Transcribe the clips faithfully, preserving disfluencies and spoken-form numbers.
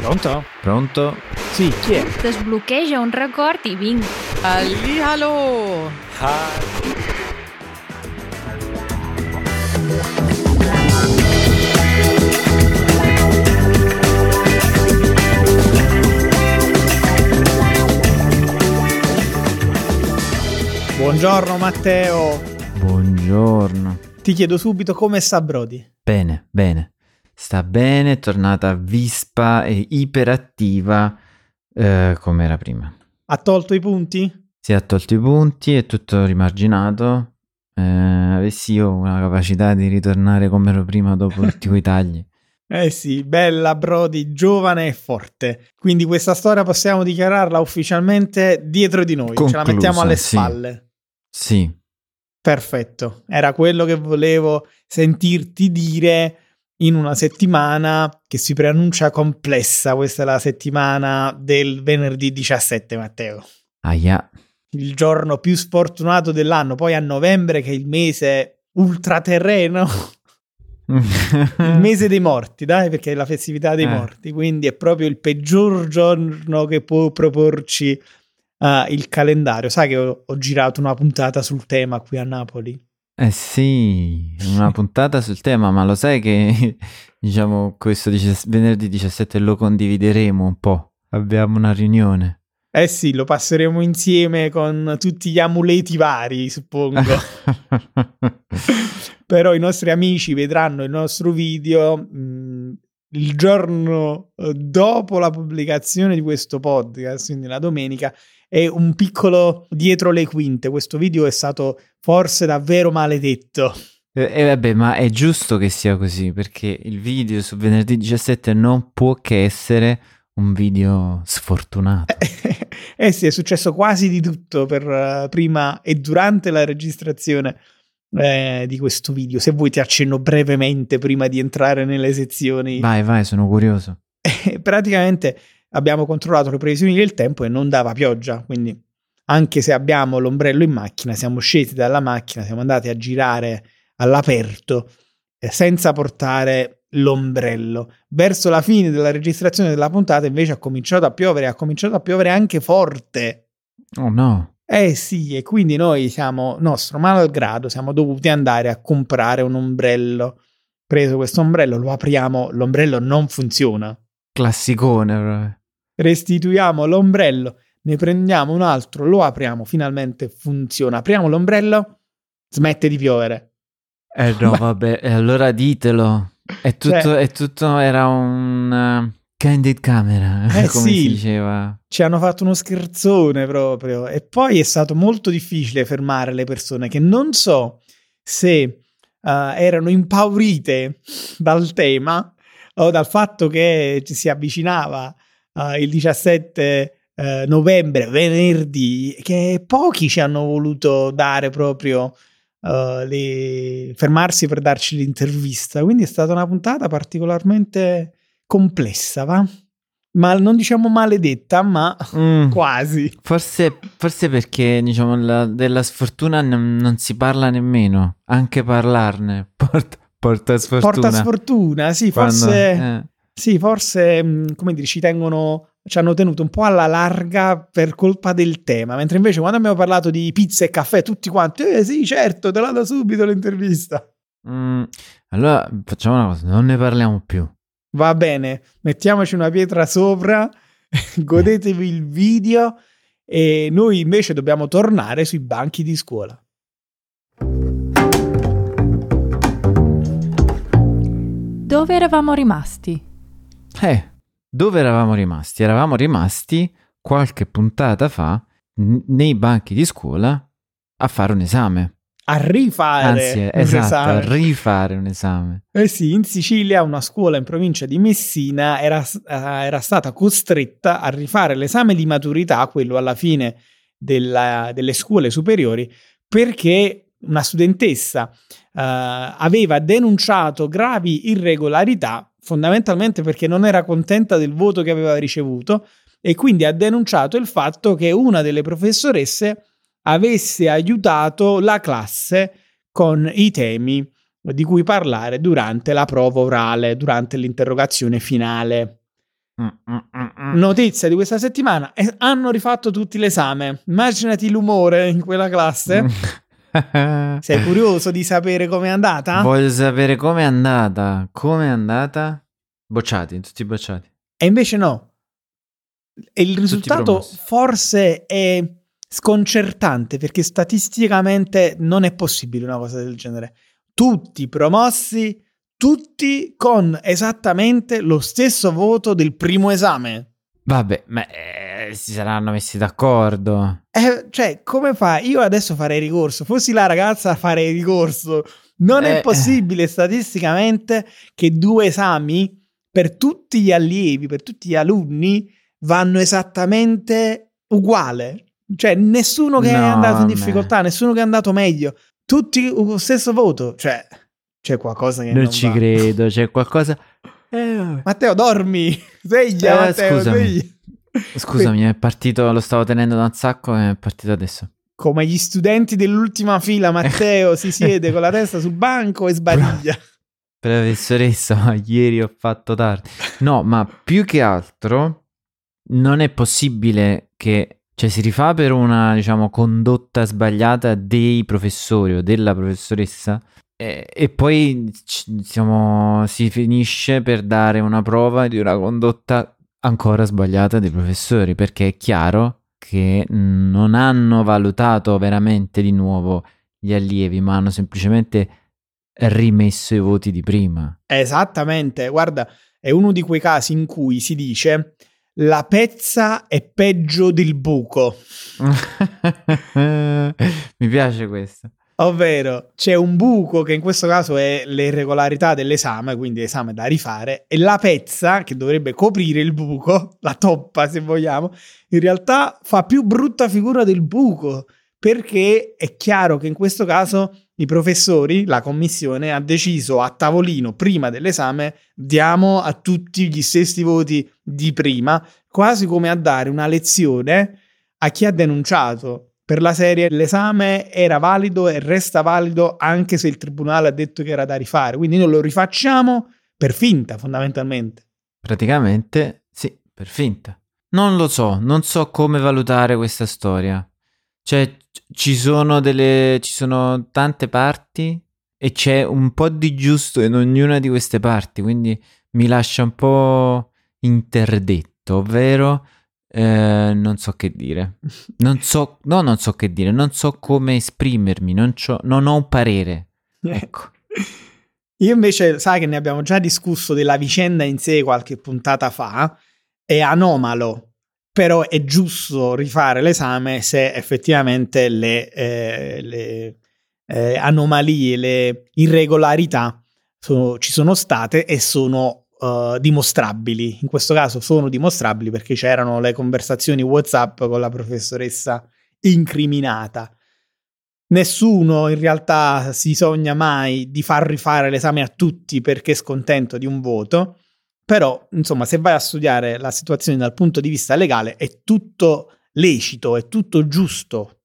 Pronto? Pronto? Sì, chi è? Desbloqueja un record i vinc. Hallihallo! Buongiorno Matteo. Buongiorno. Ti chiedo subito come sta Brody? Bene, bene. Sta bene, è tornata vispa e iperattiva eh, come era prima. Ha tolto i punti? Si è tolto i punti, è tutto rimarginato. Eh, avessi io una capacità di ritornare come ero prima dopo tutti quei tagli. Eh sì, bella Brody, giovane e forte. Quindi questa storia possiamo dichiararla ufficialmente dietro di noi. Conclusa, ce la mettiamo alle sì. spalle. Sì. Perfetto, era quello che volevo sentirti dire in una settimana che si preannuncia complessa. Questa è la settimana del venerdì diciassette, Matteo. Aia. Il giorno più sfortunato dell'anno, poi a novembre che è il mese ultraterreno, il mese dei morti, dai, perché è la festività dei Eh. morti, quindi è proprio il peggior giorno che può proporci uh, il calendario. Sai che ho, ho girato una puntata sul tema qui a Napoli? Eh sì, una puntata sul tema, ma lo sai che diciamo questo dice- venerdì diciassette lo condivideremo un po'. Abbiamo una riunione. Eh sì, lo passeremo insieme con tutti gli amuleti vari, suppongo. Però i nostri amici vedranno il nostro video mh, il giorno eh, dopo la pubblicazione di questo podcast, quindi la domenica. È un piccolo dietro le quinte. Questo video è stato forse davvero maledetto. E eh, vabbè, ma è giusto che sia così, perché il video su venerdì diciassette non può che essere un video sfortunato. Eh sì, è successo quasi di tutto per uh, prima e durante la registrazione eh, di questo video. Se vuoi ti accenno brevemente prima di entrare nelle sezioni. Vai, vai, sono curioso. Praticamente abbiamo controllato le previsioni del tempo e non dava pioggia, quindi anche se abbiamo l'ombrello in macchina, siamo scesi dalla macchina, siamo andati a girare all'aperto eh, senza portare l'ombrello. Verso la fine della registrazione della puntata invece ha cominciato a piovere, ha cominciato a piovere anche forte. Oh no. Eh sì, e quindi noi siamo, nostro malgrado, siamo dovuti andare a comprare un ombrello. Preso questo ombrello, lo apriamo, l'ombrello non funziona. Classicone proprio. Restituiamo l'ombrello, ne prendiamo un altro, lo apriamo, finalmente funziona. Apriamo l'ombrello, smette di piovere. Eh no, Ma- vabbè, e allora ditelo. È tutto, Cioè- è tutto, era un uh, candid camera, Eh come sì. si diceva. Ci hanno fatto uno scherzone proprio. E poi è stato molto difficile fermare le persone che non so se uh, erano impaurite dal tema o dal fatto che ci si avvicinava uh, il diciassette uh, novembre, venerdì, che pochi ci hanno voluto dare proprio uh, le... fermarsi per darci l'intervista. Quindi è stata una puntata particolarmente complessa, va? Ma non diciamo maledetta, ma Mm, quasi. forse, forse perché diciamo la- della sfortuna non, non si parla nemmeno. Anche parlarne porta, porta sfortuna. Porta sfortuna, sì, Quando- forse, eh. sì, forse, mh, come dire, ci tengono, ci hanno tenuto un po' alla larga per colpa del tema, mentre invece quando abbiamo parlato di pizza e caffè, tutti quanti, eh sì, certo, te la do subito l'intervista. Mm, allora facciamo una cosa, non ne parliamo più. Va bene, mettiamoci una pietra sopra, godetevi il video e noi invece dobbiamo tornare sui banchi di scuola. Dove eravamo rimasti? Eh, dove eravamo rimasti? Eravamo rimasti qualche puntata fa n- nei banchi di scuola a fare un esame. A rifare Anzi, un esatto, esame. a rifare un esame. Eh sì, in Sicilia una scuola in provincia di Messina era, eh, era stata costretta a rifare l'esame di maturità, quello alla fine della- delle scuole superiori, perché una studentessa eh, aveva denunciato gravi irregolarità, fondamentalmente perché non era contenta del voto che aveva ricevuto e quindi ha denunciato il fatto che una delle professoresse avesse aiutato la classe con i temi di cui parlare durante la prova orale, durante l'interrogazione finale. Mm, mm, mm, mm. Notizia di questa settimana, eh, hanno rifatto tutti l'esame. Immaginati l'umore in quella classe. Sei curioso di sapere com'è andata? Voglio sapere com'è andata. Com'è andata? Bocciati, tutti bocciati. E invece no. E il risultato promossi. forse è sconcertante, perché statisticamente non è possibile una cosa del genere. Tutti promossi, tutti con esattamente lo stesso voto del primo esame. Vabbè, ma eh, si saranno messi d'accordo. Eh, cioè, come fa? Io adesso farei ricorso. Fossi la ragazza, farei ricorso. Non Eh, è possibile statisticamente che due esami per tutti gli allievi, per tutti gli alunni, vanno esattamente uguale. Cioè, nessuno che No, è andato in me. difficoltà, nessuno che è andato meglio. Tutti lo stesso voto. Cioè, c'è qualcosa che non, Non ci va. credo, c'è qualcosa... Eh, vabbè. Matteo, dormi. Sveglia, Eh, Matteo, scusami. sveglia. Scusami, è partito, lo stavo tenendo da un sacco e è partito adesso. Come gli studenti dell'ultima fila, Matteo si siede con la testa sul banco e sbadiglia. Professoressa, ma ieri ho fatto tardi. No, ma più che altro non è possibile che, cioè, si rifà per una, diciamo, condotta sbagliata dei professori o della professoressa e, e poi ci- siamo, si finisce per dare una prova di una condotta ancora sbagliata dei professori, perché è chiaro che non hanno valutato veramente di nuovo gli allievi, ma hanno semplicemente rimesso i voti di prima. Esattamente, guarda, è uno di quei casi in cui si dice la pezza è peggio del buco. Mi piace questo. Ovvero, c'è un buco che in questo caso è le irregolarità dell'esame, quindi esame da rifare, e la pezza, che dovrebbe coprire il buco, la toppa se vogliamo, in realtà fa più brutta figura del buco, perché è chiaro che in questo caso i professori, la commissione, ha deciso a tavolino, prima dell'esame, diamo a tutti gli stessi voti di prima, quasi come a dare una lezione a chi ha denunciato. Per la serie l'esame era valido e resta valido anche se il tribunale ha detto che era da rifare, quindi noi lo rifacciamo per finta fondamentalmente. Praticamente, sì, per finta. Non lo so, non so come valutare questa storia. Cioè, c- ci sono delle, ci sono tante parti e c'è un po' di giusto in ognuna di queste parti, quindi mi lascia un po' interdetto, ovvero eh, non so che dire. Non so, no, non so che dire, non so come esprimermi, non, c'ho- non ho un parere. Ecco. Io invece, sai che ne abbiamo già discusso della vicenda in sé qualche puntata fa, è anomalo, però è giusto rifare l'esame se effettivamente le, eh, le eh, anomalie, le irregolarità sono- ci sono state e sono eh, dimostrabili. In questo caso sono dimostrabili perché c'erano le conversazioni WhatsApp con la professoressa incriminata. Nessuno in realtà si sogna mai di far rifare l'esame a tutti perché è scontento di un voto, però insomma se vai a studiare la situazione dal punto di vista legale è tutto lecito, è tutto giusto.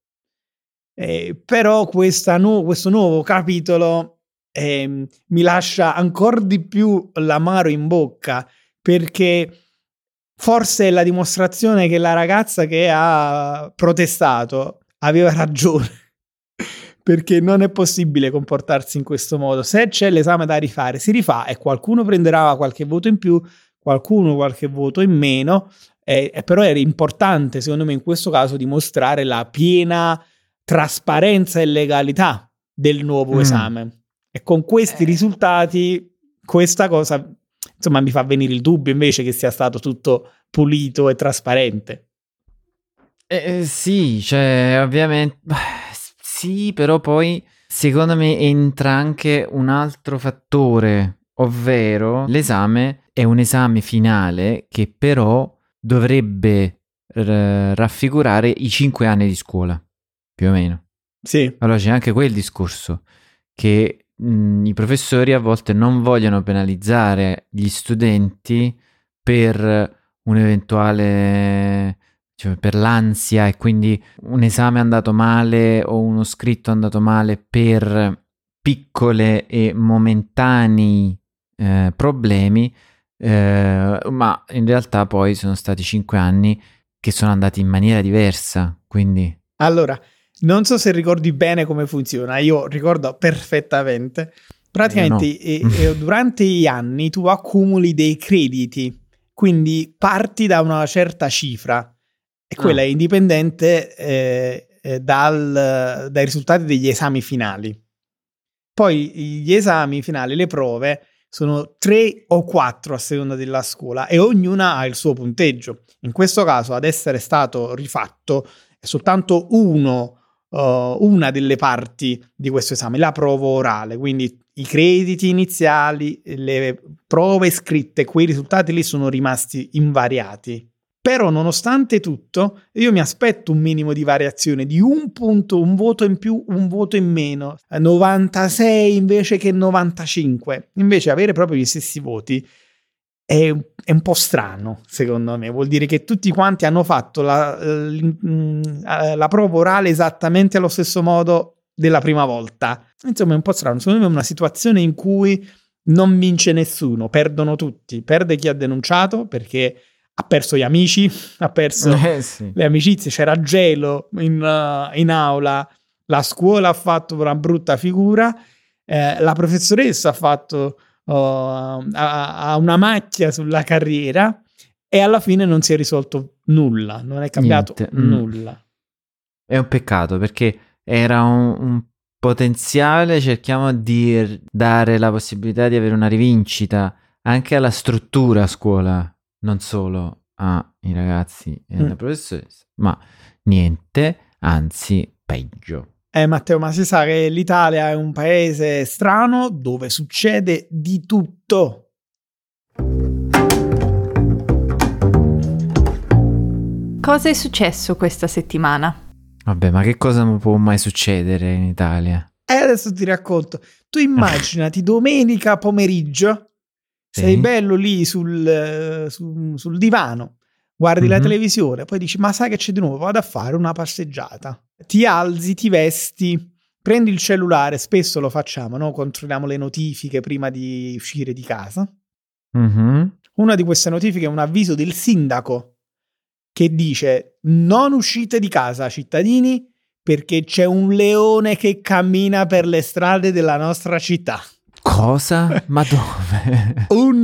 Eh, però questa nu- questo nuovo capitolo ehm, mi lascia ancora di più l'amaro in bocca, perché forse è la dimostrazione che la ragazza che ha protestato aveva ragione, perché non è possibile comportarsi in questo modo. Se c'è l'esame da rifare, si rifà e qualcuno prenderà qualche voto in più, qualcuno qualche voto in meno, eh, eh, però era importante secondo me in questo caso dimostrare la piena trasparenza e legalità del nuovo Mm. esame. E con questi Eh. risultati questa cosa insomma mi fa venire il dubbio invece che sia stato tutto pulito e trasparente. Eh, sì, cioè, ovviamente, sì, però poi secondo me entra anche un altro fattore, ovvero l'esame è un esame finale che però dovrebbe r- raffigurare i cinque anni di scuola, più o meno. Sì, Allora c'è anche quel discorso che mh, i professori a volte non vogliono penalizzare gli studenti per un eventuale, cioè per l'ansia e quindi un esame è andato male o uno scritto è andato male per piccole e momentanei eh, problemi, eh, ma in realtà poi sono stati cinque anni che sono andati in maniera diversa, quindi... Allora, non so se ricordi bene come funziona, io ricordo perfettamente. Praticamente Eh, no. eh, eh, durante gli anni tu accumuli dei crediti, quindi parti da una certa cifra e quella Ah. è indipendente eh, eh, dal- dai risultati degli esami finali. Poi gli esami finali, le prove, sono tre o quattro a seconda della scuola e ognuna ha il suo punteggio. In questo caso, ad essere stato rifatto, è soltanto uno, uh, una delle parti di questo esame, la prova orale, quindi i crediti iniziali, le prove scritte, quei risultati lì sono rimasti invariati. Però nonostante tutto io mi aspetto un minimo di variazione di un punto, un voto in più, un voto in meno, novantasei invece che novantacinque. Invece avere proprio gli stessi voti è, è un po' strano, secondo me. Vuol dire che tutti quanti hanno fatto la, la, la prova orale esattamente allo stesso modo della prima volta. Insomma è un po' strano, secondo me è una situazione in cui non vince nessuno, perdono tutti. Perde chi ha denunciato perché ha perso gli amici, ha perso Eh, sì. le amicizie, c'era gelo in, uh, in aula, la scuola ha fatto una brutta figura, eh, la professoressa ha fatto uh, ha, ha una macchia sulla carriera e alla fine non si è risolto nulla, non è cambiato Niente. Mm. nulla. È un peccato perché era un, un potenziale, cerchiamo di dare la possibilità di avere una rivincita anche alla struttura a scuola, non solo ai ragazzi e alla Mm. professoressa, ma niente, anzi peggio. Eh Matteo, ma si sa che l'Italia è un paese strano dove succede di tutto. Cosa è successo questa settimana? Vabbè, ma che cosa può mai succedere in Italia? E adesso ti racconto. Tu immaginati domenica pomeriggio, Sì. sei bello lì sul, eh, su- sul divano, guardi la Mhm. televisione, poi dici, ma sai che c'è di nuovo? Vado a fare una passeggiata. Ti alzi, ti vesti, prendi il cellulare, spesso lo facciamo, no? Controlliamo le notifiche prima di uscire di casa. Mhm. Una di queste notifiche è un avviso del sindaco che dice non uscite di casa, cittadini, perché c'è un leone che cammina per le strade della nostra città. Cosa? Ma dove? Un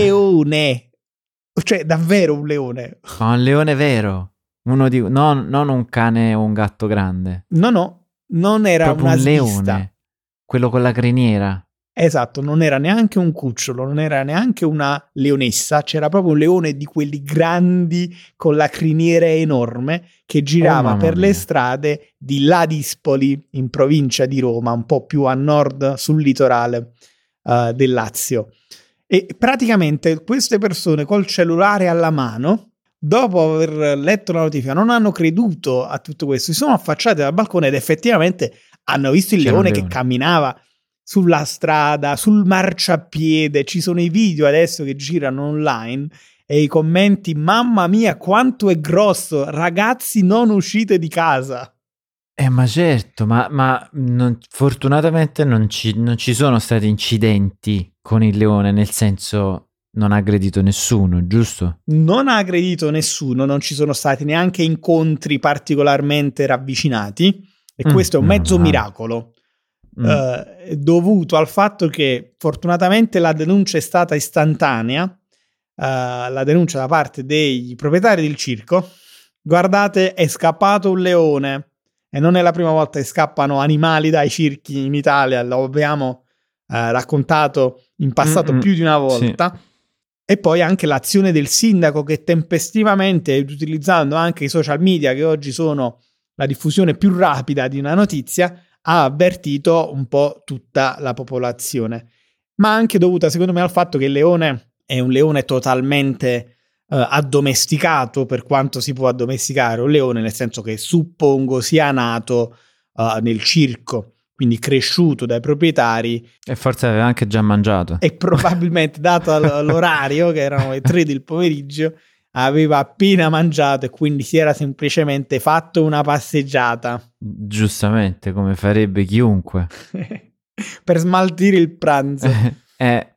leone! Cioè, davvero un leone. Ma un leone vero? Uno di... non, non un cane o un gatto grande. No, no, non era Proprio una un svista. leone. Quello con la criniera. Esatto, non era neanche un cucciolo, non era neanche una leonessa, c'era proprio un leone di quelli grandi con la criniera enorme che girava Oh, per mamma le mia. strade di Ladispoli, in provincia di Roma, un po' più a nord sul litorale uh, del Lazio. E praticamente queste persone col cellulare alla mano, dopo aver letto la notifica, non hanno creduto a tutto questo, si sono affacciati dal balcone ed effettivamente hanno visto il C'era un leone che leone. camminava sulla strada, sul marciapiede. Ci sono i video adesso che girano online e i commenti, mamma mia quanto è grosso, ragazzi non uscite di casa. Eh, ma certo, ma, ma non- fortunatamente non ci, non ci sono stati incidenti con il leone, nel senso non ha aggredito nessuno, giusto? Non ha aggredito nessuno, non ci sono stati neanche incontri particolarmente ravvicinati e Mm, questo è un meno mezzo male. miracolo. Mm. eh, dovuto al fatto che fortunatamente la denuncia è stata istantanea, eh, la denuncia da parte dei proprietari del circo. Guardate, è scappato un leone e non è la prima volta che scappano animali dai circhi in Italia, lo abbiamo eh, raccontato in passato Mm-mm, più di una volta. Sì. E poi anche l'azione del sindaco che tempestivamente, utilizzando anche i social media che oggi sono la diffusione più rapida di una notizia, ha avvertito un po' tutta la popolazione, ma anche dovuta secondo me al fatto che il leone è un leone totalmente eh, addomesticato, per quanto si può addomesticare un leone, nel senso che suppongo sia nato eh, nel circo, quindi cresciuto dai proprietari E forse aveva anche già mangiato. e probabilmente dato l'orario che erano le tre del pomeriggio aveva appena mangiato e quindi si era semplicemente fatto una passeggiata. Giustamente, come farebbe chiunque. Per smaltire il pranzo. eh,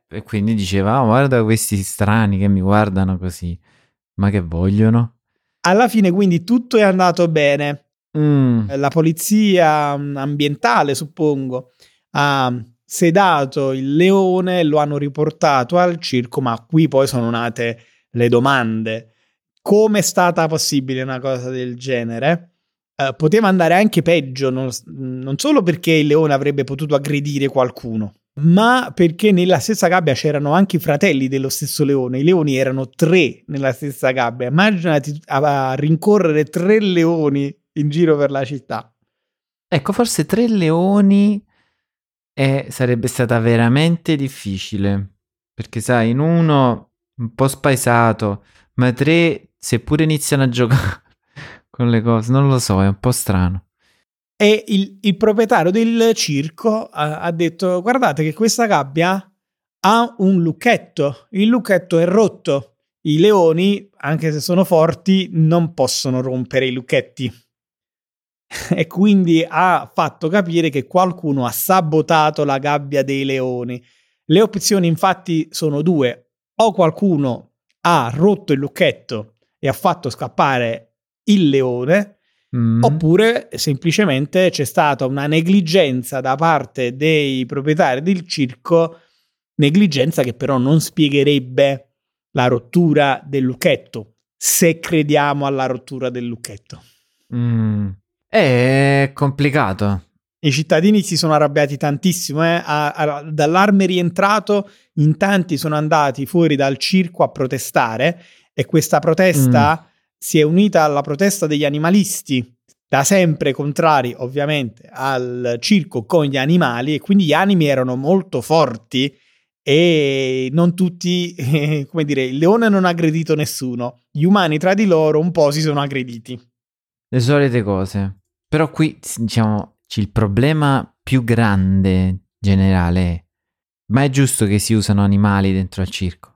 e quindi diceva, oh, guarda questi strani che mi guardano così, ma che vogliono? Alla fine quindi tutto è andato bene. Mm. La polizia ambientale, suppongo, ha sedato il leone, lo hanno riportato al circo, ma qui poi sono nate le domande. Come è stata possibile una cosa del genere? Uh, poteva andare anche peggio, non, non solo perché il leone avrebbe potuto aggredire qualcuno, ma perché nella stessa gabbia c'erano anche i fratelli dello stesso leone. I leoni erano tre nella stessa gabbia. Immaginati a, a rincorrere tre leoni in giro per la città. Ecco, forse tre leoni e sarebbe stata veramente difficile, perché sai, in uno un po' spaesato, ma tre, seppure iniziano a giocare con le cose, non lo so, è un po' strano. E il, il proprietario del circo ha, ha detto, guardate che questa gabbia ha un lucchetto, il lucchetto è rotto, i leoni, anche se sono forti, non possono rompere i lucchetti. E quindi ha fatto capire che qualcuno ha sabotato la gabbia dei leoni. Le opzioni infatti sono due: o qualcuno ha rotto il lucchetto e ha fatto scappare il leone, mm. oppure semplicemente c'è stata una negligenza da parte dei proprietari del circo, negligenza che però non spiegherebbe la rottura del lucchetto, se crediamo alla rottura del lucchetto. Mm. È complicato. I cittadini si sono arrabbiati tantissimo, eh? a, a, dall'allarme rientrato in tanti sono andati fuori dal circo a protestare, e questa protesta mm. si è unita alla protesta degli animalisti, da sempre contrari ovviamente al circo con gli animali, e quindi gli animi erano molto forti e non tutti, eh, come dire, il leone non ha aggredito nessuno, gli umani tra di loro un po' si sono aggrediti. Le solite cose. Però qui, diciamo, il problema più grande generale è: ma è giusto che si usano animali dentro al circo?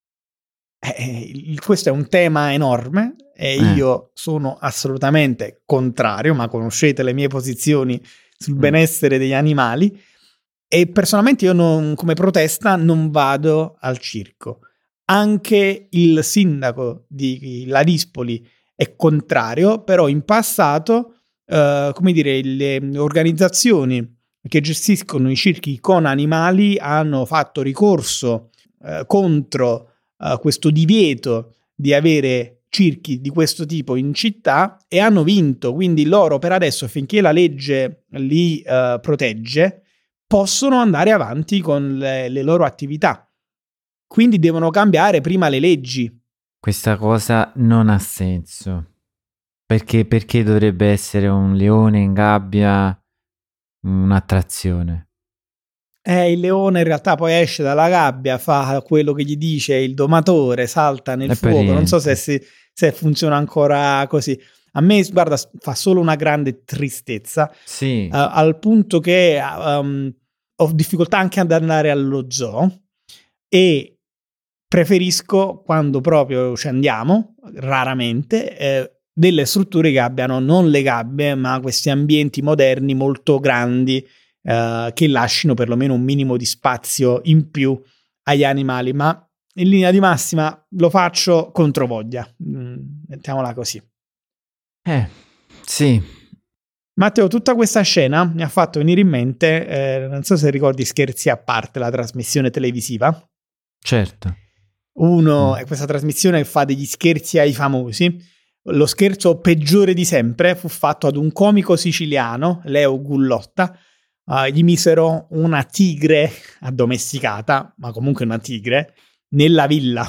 Eh, questo è un tema enorme e eh. io sono assolutamente contrario, ma conoscete le mie posizioni sul mm. benessere degli animali, e personalmente io non, come protesta non vado al circo. Anche il sindaco di Ladispoli è contrario, però in passato Uh, come dire, le organizzazioni che gestiscono i circhi con animali hanno fatto ricorso uh, contro uh, questo divieto di avere circhi di questo tipo in città e hanno vinto. Quindi loro per adesso, finché la legge li uh, protegge, possono andare avanti con le, le loro attività. Quindi devono cambiare prima le leggi. Questa cosa non ha senso. Perché, perché dovrebbe essere un leone in gabbia un'attrazione? Eh, il leone in realtà poi esce dalla gabbia, fa quello che gli dice il domatore, salta nel È fuoco. parente. Non so se, si, se funziona ancora così. A me, guarda, fa solo una grande tristezza. Sì. Uh, al punto che um, ho difficoltà anche ad andare allo zoo, e preferisco, quando proprio ci andiamo, raramente, eh, delle strutture che abbiano non le gabbie, ma questi ambienti moderni molto grandi, eh, che lasciano perlomeno un minimo di spazio in più agli animali. Ma in linea di massima lo faccio contro voglia, mm, mettiamola così. Eh, sì. Matteo, tutta questa scena mi ha fatto venire in mente, eh, non so se ricordi Scherzi a parte, la trasmissione televisiva. Certo. Uno mm. è questa trasmissione che fa degli scherzi ai famosi. Lo scherzo peggiore di sempre fu fatto ad un comico siciliano, Leo Gullotta. Uh, gli misero una tigre addomesticata, ma comunque una tigre, nella villa.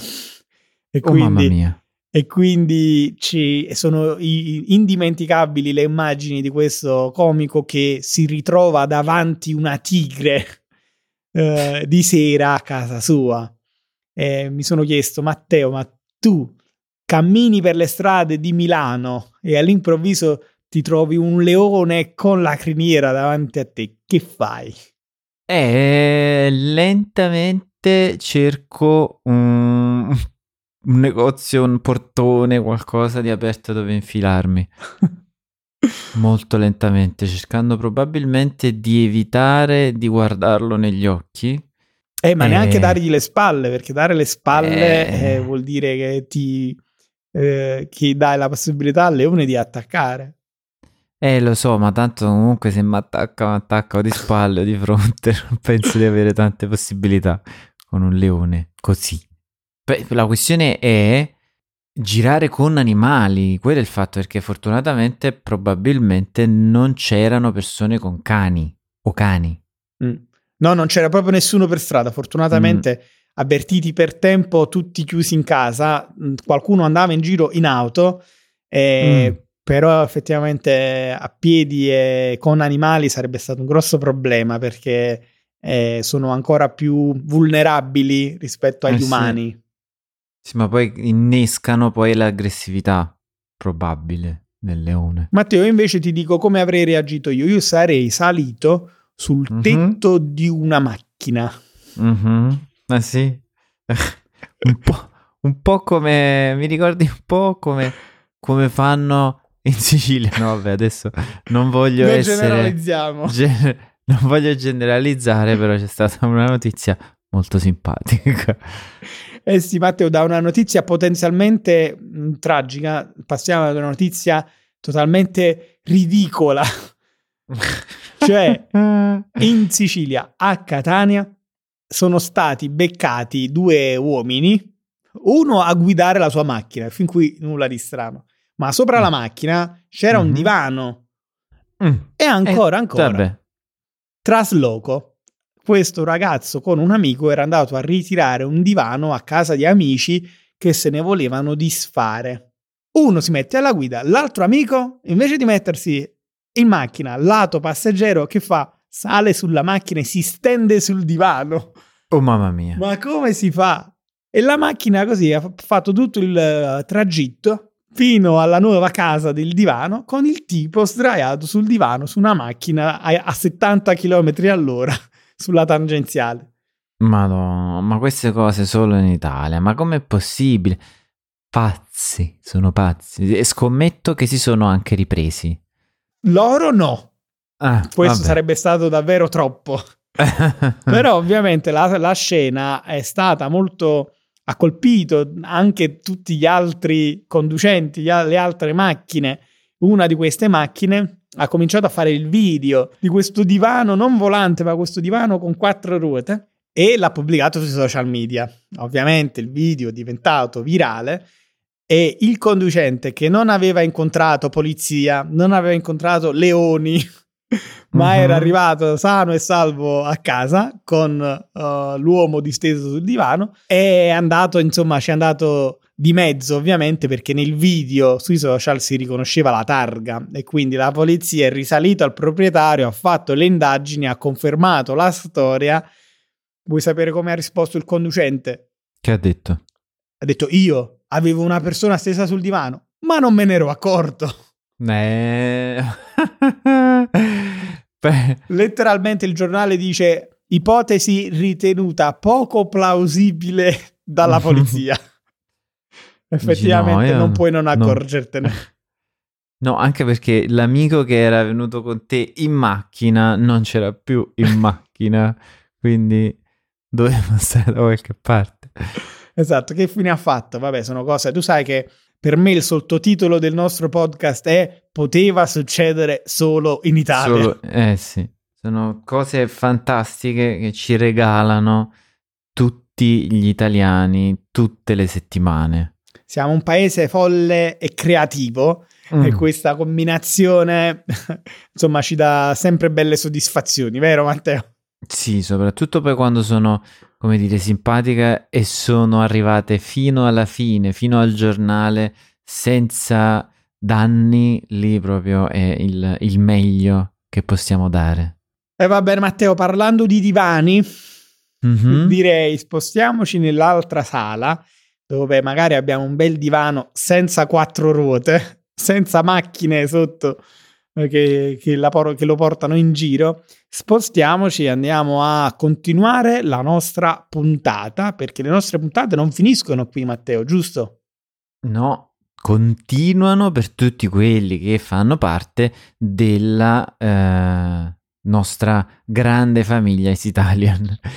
E oh, quindi, mamma mia. E quindi ci sono i, indimenticabili le immagini di questo comico che si ritrova davanti una tigre uh, di sera a casa sua. E mi sono chiesto, Matteo, ma tu cammini per le strade di Milano e all'improvviso ti trovi un leone con la criniera davanti a te, che fai? Eh, lentamente cerco un, un negozio, un portone, qualcosa di aperto dove infilarmi. Molto lentamente, cercando probabilmente di evitare di guardarlo negli occhi, Eh, ma Eh. neanche dargli le spalle, perché dare le spalle Eh. eh, vuol dire che ti eh, che dai la possibilità al leone di attaccare. Eh, lo so, ma tanto comunque se mi attacca, mi attacca o di spalle o di fronte, non penso di avere tante possibilità con un leone così. Beh, la questione è girare con animali, quello è il fatto, perché fortunatamente probabilmente non c'erano persone con cani o cani. Mm. No, non c'era proprio nessuno per strada. Fortunatamente, avvertiti per tempo, tutti chiusi in casa. mh, Qualcuno andava in giro in auto, eh, Mm. però effettivamente a piedi e con animali sarebbe stato un grosso problema perché eh, sono ancora più vulnerabili rispetto agli Eh sì. umani. Sì, ma poi innescano poi l'aggressività probabile del leone. Matteo, io invece ti dico come avrei reagito io. Io sarei salito sul Mhm. tetto di una macchina. Mhm. Ah sì? un po', un po' come, mi ricordi un po' come, come fanno in Sicilia. No, vabbè, adesso non voglio Non essere... generalizziamo. gen- non voglio generalizzare, però c'è stata una notizia molto simpatica. Eh sì, Matteo, da una notizia potenzialmente mh, tragica passiamo ad una notizia totalmente ridicola. Cioè, in Sicilia, a Catania, sono stati beccati due uomini, uno a guidare la sua macchina, fin qui nulla di strano, ma sopra la macchina c'era un Mhm. divano Mm. e ancora, Eh, ancora, vabbè. trasloco. Questo ragazzo con un amico era andato a ritirare un divano a casa di amici che se ne volevano disfare. Uno si mette alla guida, l'altro amico, invece di mettersi in macchina, lato passeggero, che fa? Sale sulla macchina e si stende sul divano. Oh mamma mia. Ma come si fa? E la macchina così ha fatto tutto il eh, tragitto fino alla nuova casa del divano con il tipo sdraiato sul divano su una macchina a, a settanta chilometri all'ora sulla tangenziale. Madonna, ma queste cose solo in Italia, ma com'è possibile? Pazzi, sono pazzi. E scommetto che si sono anche ripresi. Loro no. Ah, Questo vabbè. sarebbe stato davvero troppo. Però ovviamente la, la scena è stata molto... ha colpito anche tutti gli altri conducenti, gli, le altre macchine. Una di queste macchine ha cominciato a fare il video di questo divano non volante, ma questo divano con quattro ruote e l'ha pubblicato sui social media. Ovviamente il video è diventato virale e il conducente, che non aveva incontrato polizia, non aveva incontrato leoni, ma Mhm. era arrivato sano e salvo a casa con uh, l'uomo disteso sul divano, è andato, insomma, ci è andato di mezzo, ovviamente, perché nel video sui social si riconosceva la targa e quindi la polizia è risalita al proprietario, ha fatto le indagini, ha confermato la storia. Vuoi sapere come ha risposto il conducente? Che ha detto? Ha detto: io avevo una persona stesa sul divano, ma non me ne ero accorto. Eh... Beh, Letteralmente il giornale dice: ipotesi ritenuta poco plausibile dalla polizia. Effettivamente no, io non puoi non no. accorgertene. No, anche perché l'amico che era venuto con te in macchina non c'era più in macchina, quindi doveva stare da qualche parte. Esatto, che fine ha fatto? Vabbè, sono cose... Tu sai che per me il sottotitolo del nostro podcast è Poteva succedere solo in Italia. Solo, eh sì, sono cose fantastiche che ci regalano tutti gli italiani tutte le settimane. Siamo un paese folle e creativo Mm. e questa combinazione insomma ci dà sempre belle soddisfazioni, vero Matteo? Sì, soprattutto poi quando sono, come dire, simpatiche e sono arrivate fino alla fine, fino al giornale, senza danni, lì proprio è il, il meglio che possiamo dare. E va bene Matteo, parlando di divani, Mhm. direi spostiamoci nell'altra sala dove magari abbiamo un bel divano senza quattro ruote, senza macchine sotto eh, che, che, la por- che lo portano in giro. Spostiamoci e andiamo a continuare la nostra puntata, perché le nostre puntate non finiscono qui, Matteo, giusto? No, continuano per tutti quelli che fanno parte della eh, nostra grande famiglia Is Italian.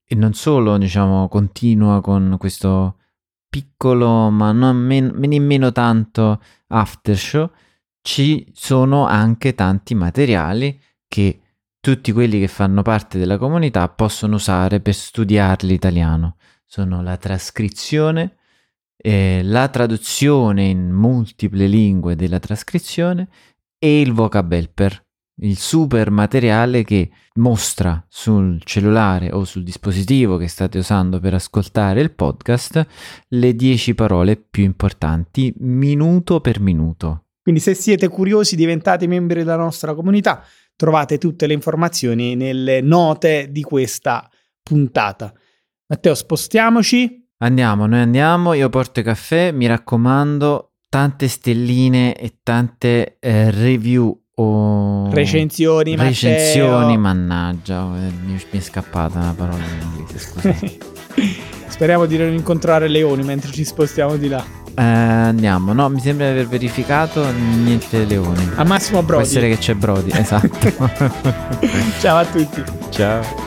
e non solo, diciamo, continua con questo piccolo, ma non men- nemmeno tanto aftershow, ci sono anche tanti materiali che tutti quelli che fanno parte della comunità possono usare per studiare l'italiano. Sono la trascrizione, eh, la traduzione in multiple lingue della trascrizione e il vocabelper, il super materiale che mostra sul cellulare o sul dispositivo che state usando per ascoltare il podcast le dieci parole più importanti minuto per minuto. Quindi se siete curiosi, diventate membri della nostra comunità, trovate tutte le informazioni nelle note di questa puntata. Matteo, spostiamoci. Andiamo, noi andiamo, io porto i caffè, mi raccomando, tante stelline e tante eh, review o recensioni, recensioni, Matteo. Mannaggia, mi, mi è scappata una parola in inglese, scusate. Speriamo di non incontrare leoni mentre ci spostiamo di là. Eh, andiamo, no, mi sembra di aver verificato niente leoni. Al massimo Brody. Può essere che c'è Brody, esatto. Ciao a tutti. Ciao.